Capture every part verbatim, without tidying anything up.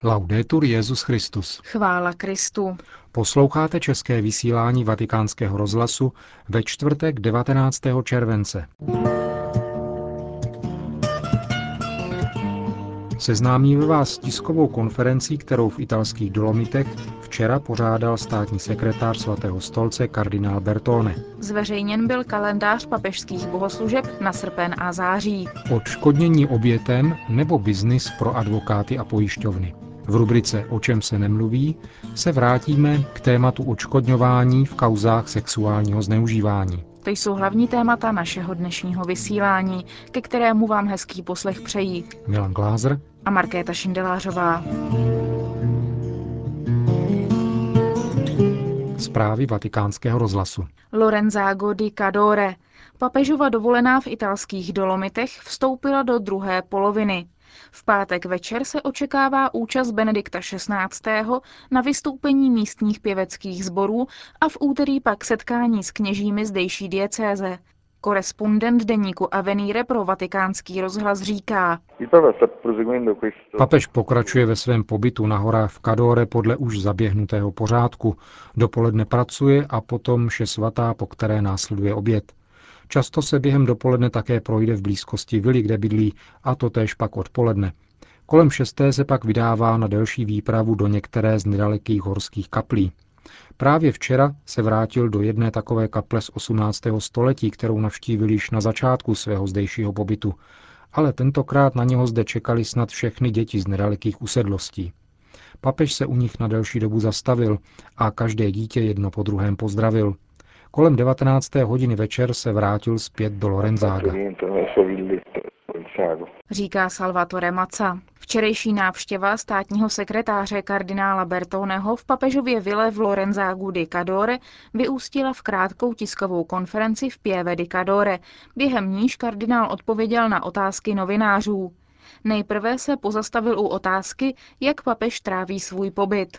Laudetur Jesus Christus. Chvála Kristu. Posloucháte české vysílání Vatikánského rozhlasu ve čtvrtek devatenáctého července. Seznámíme vás s tiskovou konferencí, kterou v italských Dolomitech včera pořádal státní sekretář svatého stolce kardinál Bertone. Zveřejněn byl kalendář papežských bohoslužeb na srpen a září. Odškodnění obětem nebo biznis pro advokáty a pojišťovny. V rubrice O čem se nemluví se vrátíme k tématu odškodňování v kauzách sexuálního zneužívání. To jsou hlavní témata našeho dnešního vysílání, ke kterému vám hezký poslech přejí Milan Glázer a Markéta Šindelářová. Zprávy Vatikánského rozhlasu. Lorenzago di Cadore. Papežova dovolená v italských Dolomitech vstoupila do druhé poloviny. V pátek večer se očekává účast Benedikta šestnáctého na vystoupení místních pěveckých sborů a v úterý pak setkání s kněžími zdejší diecéze. Korespondent deníku Avvenire pro Vatikánský rozhlas říká: Papež pokračuje ve svém pobytu na horách v Cadore podle už zaběhnutého pořádku. Dopoledne pracuje a potom mše svatá, po které následuje oběd. Často se během dopoledne také projde v blízkosti vily, kde bydlí, a to též pak odpoledne. Kolem šesté se pak vydává na delší výpravu do některé z nedalekých horských kaplí. Právě včera se vrátil do jedné takové kaple z osmnáctého století, kterou navštívil již na začátku svého zdejšího pobytu. Ale tentokrát na něho zde čekali snad všechny děti z nedalekých usedlostí. Papež se u nich na delší dobu zastavil a každé dítě jedno po druhém pozdravil. Kolem devatenácté hodiny večer se vrátil zpět do Lorenzaga. Říká Salvatore Mazza. Včerejší návštěva státního sekretáře kardinála Bertoneho v papežově vile v Lorenzagu di Cadore vyústila v krátkou tiskovou konferenci v Pieve di Cadore, během níž kardinál odpověděl na otázky novinářů. Nejprve se pozastavil u otázky, jak papež tráví svůj pobyt.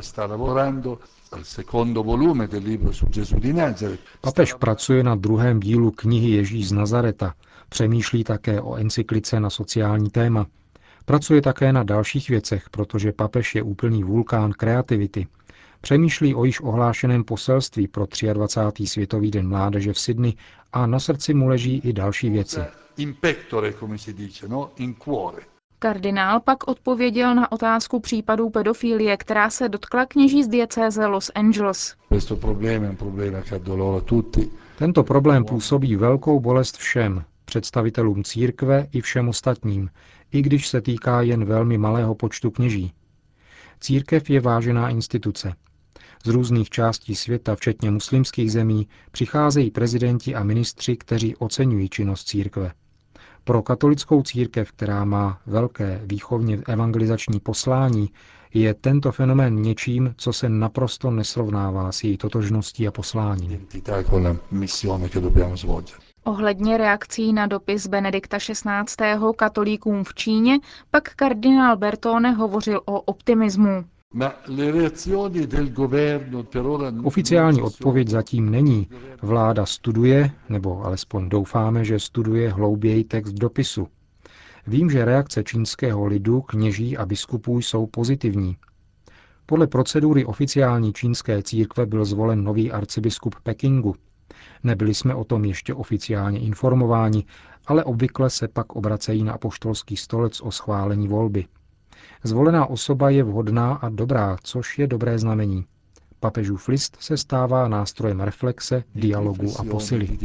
Papež pracuje na druhém dílu knihy Ježíš z Nazareta. Přemýšlí také o encyklice na sociální téma. Pracuje také na dalších věcech, protože papež je úplný vulkán kreativity. Přemýšlí o již ohlášeném poselství pro dvacátý třetí světový den mládeže v Sydney a na srdci mu leží i další věci. Kardinál pak odpověděl na otázku případů pedofilie, která se dotkla kněží z diecéze Los Angeles. Tento problém působí velkou bolest všem, představitelům církve i všem ostatním, i když se týká jen velmi malého počtu kněží. Církev je vážená instituce. Z různých částí světa, včetně muslimských zemí, přicházejí prezidenti a ministři, kteří oceňují činnost církve. Pro katolickou církev, která má velké výchovně evangelizační poslání, je tento fenomén něčím, co se naprosto nesrovnává s její totožností a posláním. Ohledně reakcí na dopis Benedikta šestnáctého katolíkům v Číně pak kardinál Bertone hovořil o optimismu. Oficiální odpověď zatím není. Vláda studuje, nebo alespoň doufáme, že studuje hlouběji text dopisu. Vím, že reakce čínského lidu, kněží a biskupů jsou pozitivní. Podle procedury oficiální čínské církve byl zvolen nový arcibiskup Pekingu. Nebyli jsme o tom ještě oficiálně informováni, ale obvykle se pak obracejí na apoštolský stolec o schválení volby. Zvolená osoba je vhodná a dobrá, což je dobré znamení. Papežův list se stává nástrojem reflexe, dialogu a posily.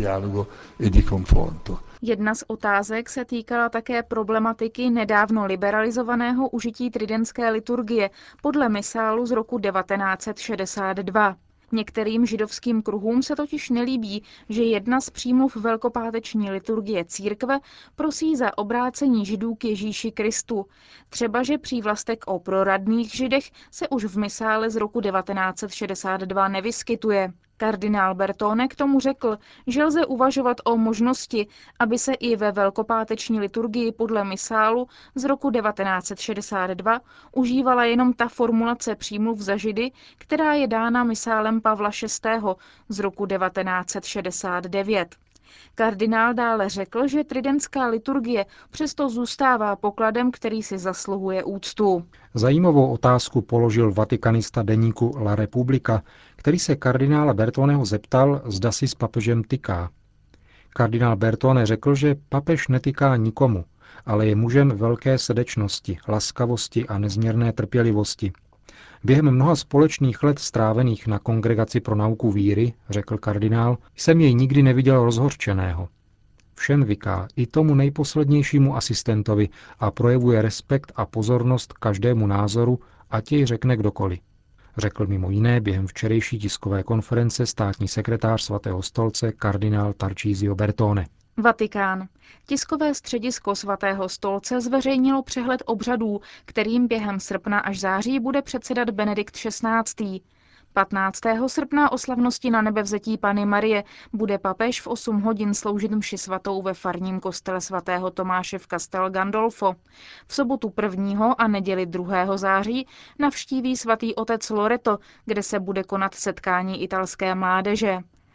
Jedna z otázek se týkala také problematiky nedávno liberalizovaného užití tridentské liturgie podle misálu z roku devatenáct set šedesát dva. Některým židovským kruhům se totiž nelíbí, že jedna z přímluv velkopáteční liturgie církve prosí za obrácení židů k Ježíši Kristu. Třeba že přívlastek o proradných židech se už v misále z roku devatenáct set šedesát dva nevyskytuje. Kardinál Bertone k tomu řekl, že lze uvažovat o možnosti, aby se i ve velkopáteční liturgii podle misálu z roku devatenáct set šedesát dva užívala jenom ta formulace přímluv za židy, která je dána misálem Pavla šestého z roku devatenáct set šedesát devět. Kardinál dále řekl, že tridentská liturgie přesto zůstává pokladem, který si zasluhuje úctu. Zajímavou otázku položil vatikanista deníku La Repubblica, který se kardinála Bertoneho zeptal, zda si s papežem tyká. Kardinál Bertone řekl, že papež netyká nikomu, ale je mužem velké srdečnosti, laskavosti a nezměrné trpělivosti. Během mnoha společných let strávených na Kongregaci pro nauku víry, řekl kardinál, jsem jej nikdy neviděl rozhořčeného. Všem vyká, i tomu nejposlednějšímu asistentovi, a projevuje respekt a pozornost každému názoru, ať jej řekne kdokoliv. Řekl mimo jiné během včerejší tiskové konference státní sekretář Svatého stolce kardinál Tarcísio Bertone. Vatikán. Tiskové středisko Svatého stolce zveřejnilo přehled obřadů, kterým během srpna až září bude předsedat Benedikt šestnáctý. patnáctého srpna o slavnosti na nebevzetí Panny Marie bude papež v osm hodin sloužit mši svatou ve farním kostele svatého Tomáše v Castel Gandolfo. V sobotu prvního a neděli druhého září navštíví svatý otec Loreto, kde se bude konat setkání italské mládeže.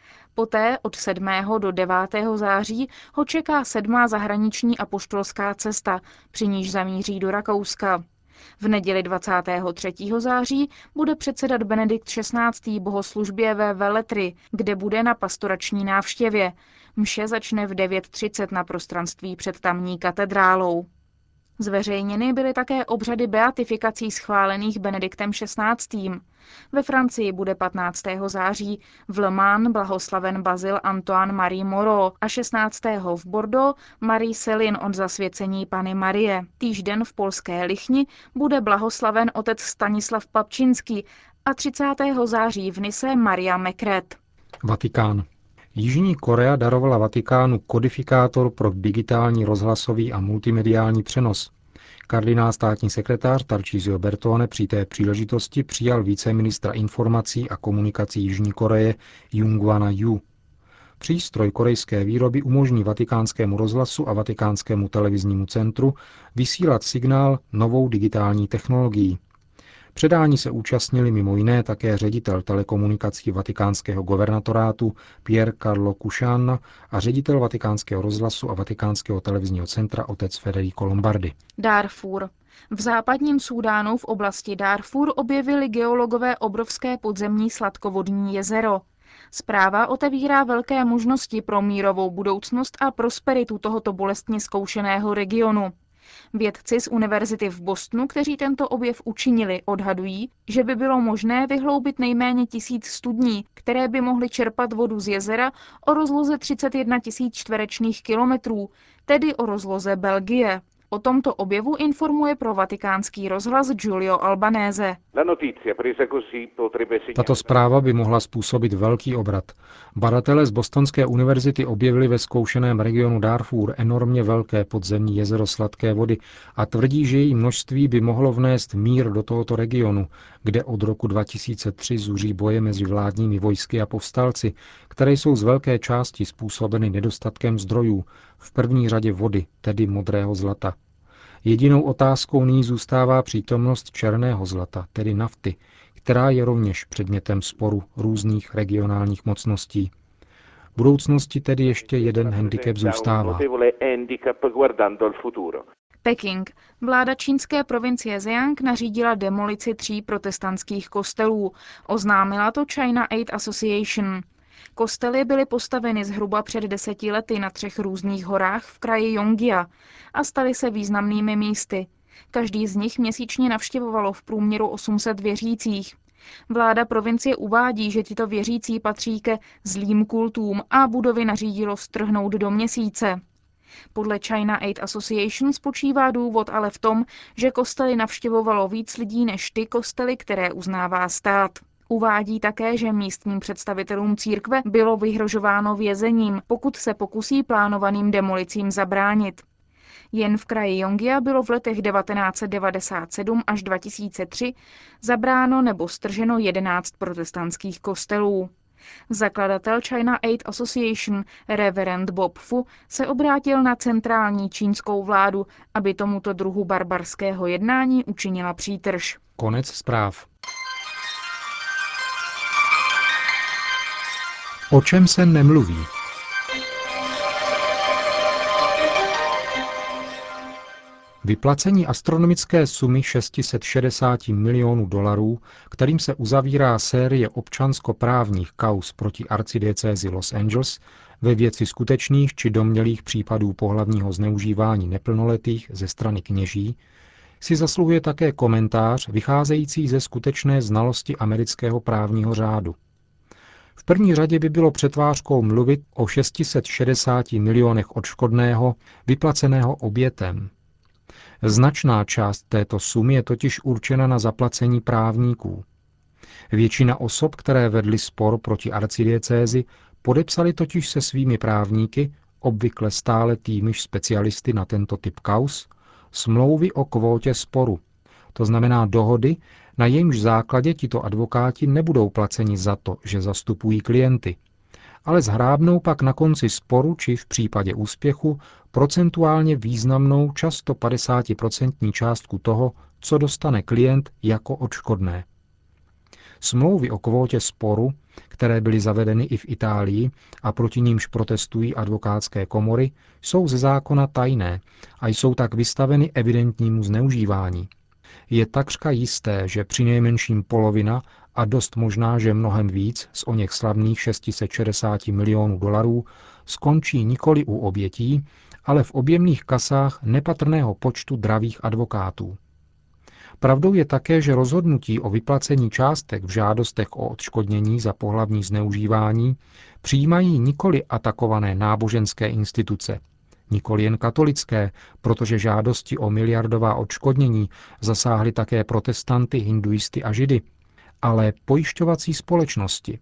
Poté od sedmého do devátého září ho čeká sedmá zahraniční apoštolská cesta, při níž zamíří do Rakouska. V neděli dvacátého třetího září bude předsedat Benedikt šestnáctý bohoslužbě ve Velletri, kde bude na pastorační návštěvě. Mše začne v devět třicet na prostranství před tamní katedrálou. Zveřejněny byly také obřady beatifikací schválených Benediktem šestnáctým. Ve Francii bude patnáctého září v Le Mans blahoslaven Bazil Antoine Marie Moreau a šestnáctého v Bordeaux Marie Céline od zasvěcení Panny Marie. Týž den v polské Lichni bude blahoslaven otec Stanislav Papčinský a třicátého září v Nise Maria Mekret. Vatikán. Jižní Korea darovala Vatikánu kodifikátor pro digitální rozhlasový a multimediální přenos. Kardinál státní sekretář Tarcísio Bertone při té příležitosti přijal viceministra informací a komunikací Jižní Koreje Jungwana Yu. Přístroj korejské výroby umožní Vatikánskému rozhlasu a Vatikánskému televiznímu centru vysílat signál novou digitální technologií. Předání se účastnili mimo jiné také ředitel telekomunikací vatikánského guvernatorátu Pier Carlo Cusciana a ředitel Vatikánského rozhlasu a Vatikánského televizního centra otec Federico Lombardi. Darfur. V západním Súdánu v oblasti Darfur objevili geologové obrovské podzemní sladkovodní jezero. Zpráva otevírá velké možnosti pro mírovou budoucnost a prosperitu tohoto bolestně zkoušeného regionu. Vědci z univerzity v Bostonu, kteří tento objev učinili, odhadují, že by bylo možné vyhloubit nejméně tisíc studní, které by mohly čerpat vodu z jezera o rozloze třicet jedna tisíc čtverečných kilometrů, tedy o rozloze Belgie. O tomto objevu informuje pro vatikánský rozhlas Giulio Albanese. Tato zpráva by mohla způsobit velký obrat. Badatelé z Bostonské univerzity objevili ve zkoušeném regionu Darfur enormně velké podzemní jezero sladké vody a tvrdí, že její množství by mohlo vnést mír do tohoto regionu, kde od roku dva tisíce tři zuří boje mezi vládními vojsky a povstalci, které jsou z velké části způsobeny nedostatkem zdrojů, v první řadě vody, tedy modrého zlata. Jedinou otázkou nyní zůstává přítomnost černého zlata, tedy nafty, která je rovněž předmětem sporu různých regionálních mocností. V budoucnosti tedy ještě jeden handicap zůstává. Peking. Vláda čínské provincie Zhejiang nařídila demolici tří protestantských kostelů. Oznámila to China Aid Association. Kostely byly postaveny zhruba před deseti lety na třech různých horách v kraji Yongjia a staly se významnými místy. Každý z nich měsíčně navštěvovalo v průměru osm set věřících. Vláda provincie uvádí, že tyto věřící patří ke zlým kultům a budovy nařídilo strhnout do měsíce. Podle China Aid Association spočívá důvod ale v tom, že kostely navštěvovalo víc lidí než ty kostely, které uznává stát. Uvádí také, že místním představitelům církve bylo vyhrožováno vězením, pokud se pokusí plánovaným demolicím zabránit. Jen v kraji Yongjia bylo v letech devatenáct set devadesát sedm až dva tisíce tři zabráno nebo strženo jedenáct protestantských kostelů. Zakladatel China Aid Association, reverend Bob Fu, se obrátil na centrální čínskou vládu, aby tomuto druhu barbarského jednání učinila přítrž. Konec zpráv. O čem se nemluví? Vyplacení astronomické sumy šest set šedesát milionů dolarů, kterým se uzavírá série občanskoprávních kauz proti arcidiecézi Los Angeles ve věci skutečných či domnělých případů pohlavního zneužívání neplnoletých ze strany kněží, si zasluhuje také komentář vycházející ze skutečné znalosti amerického právního řádu. V první řadě by bylo přetvářkou mluvit o šest set šedesáti milionech odškodného vyplaceného obětem. Značná část této sumy je totiž určena na zaplacení právníků. Většina osob, které vedly spor proti arcidiecézi, podepsali totiž se svými právníky, obvykle stále týmiž specialisty na tento typ kauz, smlouvy o kvótě sporu, to znamená dohody, na jejímž základě tito advokáti nebudou placeni za to, že zastupují klienty, ale zhrábnou pak na konci sporu či v případě úspěchu procentuálně významnou, často padesátiprocentní částku toho, co dostane klient jako odškodné. Smlouvy o kvótě sporu, které byly zavedeny i v Itálii a proti nímž protestují advokátské komory, jsou ze zákona tajné a jsou tak vystaveny evidentnímu zneužívání. Je takřka jisté, že přinejmenším polovina a dost možná, že mnohem víc z oněch slavných šest set šedesát milionů dolarů skončí nikoli u obětí, ale v objemných kasách nepatrného počtu dravých advokátů. Pravdou je také, že rozhodnutí o vyplacení částek v žádostech o odškodnění za pohlavní zneužívání přijímají nikoli atakované náboženské instituce, nikoli jen katolické, protože žádosti o miliardová odškodnění zasáhly také protestanty, hinduisty a židy, ale pojišťovací společnosti.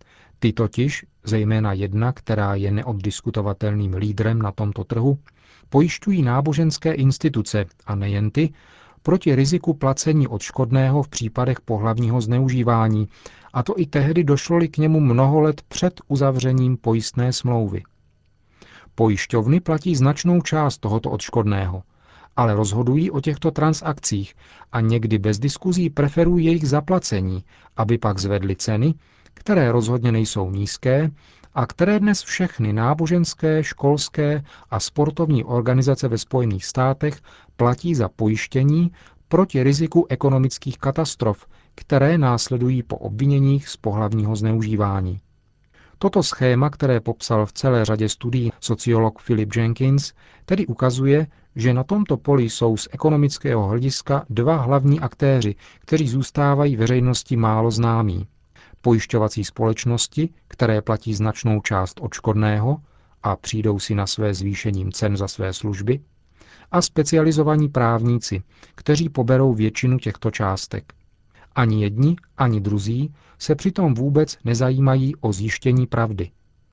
Ty totiž, zejména jedna, která je neoddiskutovatelným lídrem na tomto trhu, pojišťují náboženské instituce a nejen ty, proti riziku placení odškodného v případech pohlavního zneužívání, a to i tehdy došlo-li k němu mnoho let před uzavřením pojistné smlouvy. Pojišťovny platí značnou část tohoto odškodného, ale rozhodují o těchto transakcích a někdy bez diskuzí preferují jejich zaplacení, aby pak zvedly ceny, které rozhodně nejsou nízké a které dnes všechny náboženské, školské a sportovní organizace ve Spojených státech platí za pojištění proti riziku ekonomických katastrof, které následují po obviněních z pohlavního zneužívání. Toto schéma, které popsal v celé řadě studií sociolog Philip Jenkins, tedy ukazuje, že na tomto poli jsou z ekonomického hlediska dva hlavní aktéři, kteří zůstávají veřejnosti málo známí. Pojišťovací společnosti, které platí značnou část odškodného a přijdou si na své zvýšením cen za své služby, a specializovaní právníci, kteří poberou většinu těchto částek. Ani jedni, ani druzí se přitom vůbec nezajímají o zjištění pravdy.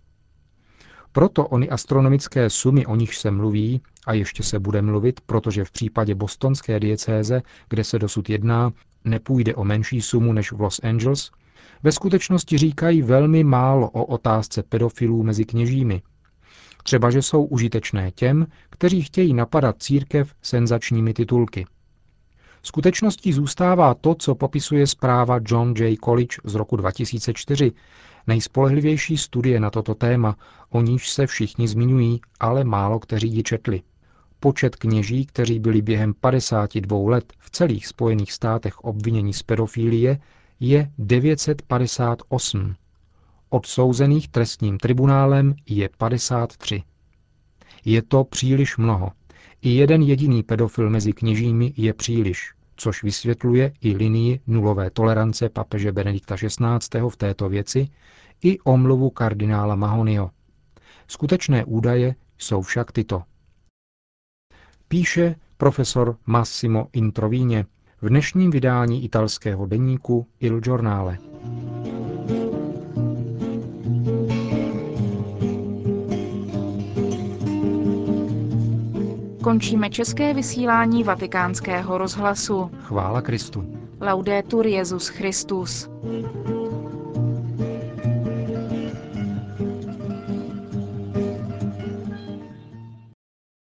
Proto ony astronomické sumy, o nich se mluví, a ještě se bude mluvit, protože v případě bostonské diecéze, kde se dosud jedná, nepůjde o menší sumu než v Los Angeles, ve skutečnosti říkají velmi málo o otázce pedofilů mezi kněžími. Třeba že jsou užitečné těm, kteří chtějí napadat církev senzačními titulky. Skutečností zůstává to, co popisuje zpráva John Jay College z roku dva tisíce čtyři, nejspolehlivější studie na toto téma, o níž se všichni zmiňují, ale málo kteří ji četli. Počet kněží, kteří byli během padesáti dvou let v celých Spojených státech obviněni z pedofilie, je devět set padesát osm. Odsouzených trestním tribunálem je padesát tři. Je to příliš mnoho. I jeden jediný pedofil mezi kněžími je příliš, což vysvětluje i linii nulové tolerance papeže Benedikta šestnáctého v této věci i omluvu kardinála Mahonyho. Skutečné údaje jsou však tyto. Píše profesor Massimo Introvigne v dnešním vydání italského deníku Il Giornale. Končíme české vysílání Vatikánského rozhlasu. Chvála Kristu. Laudetur Jesus Christus.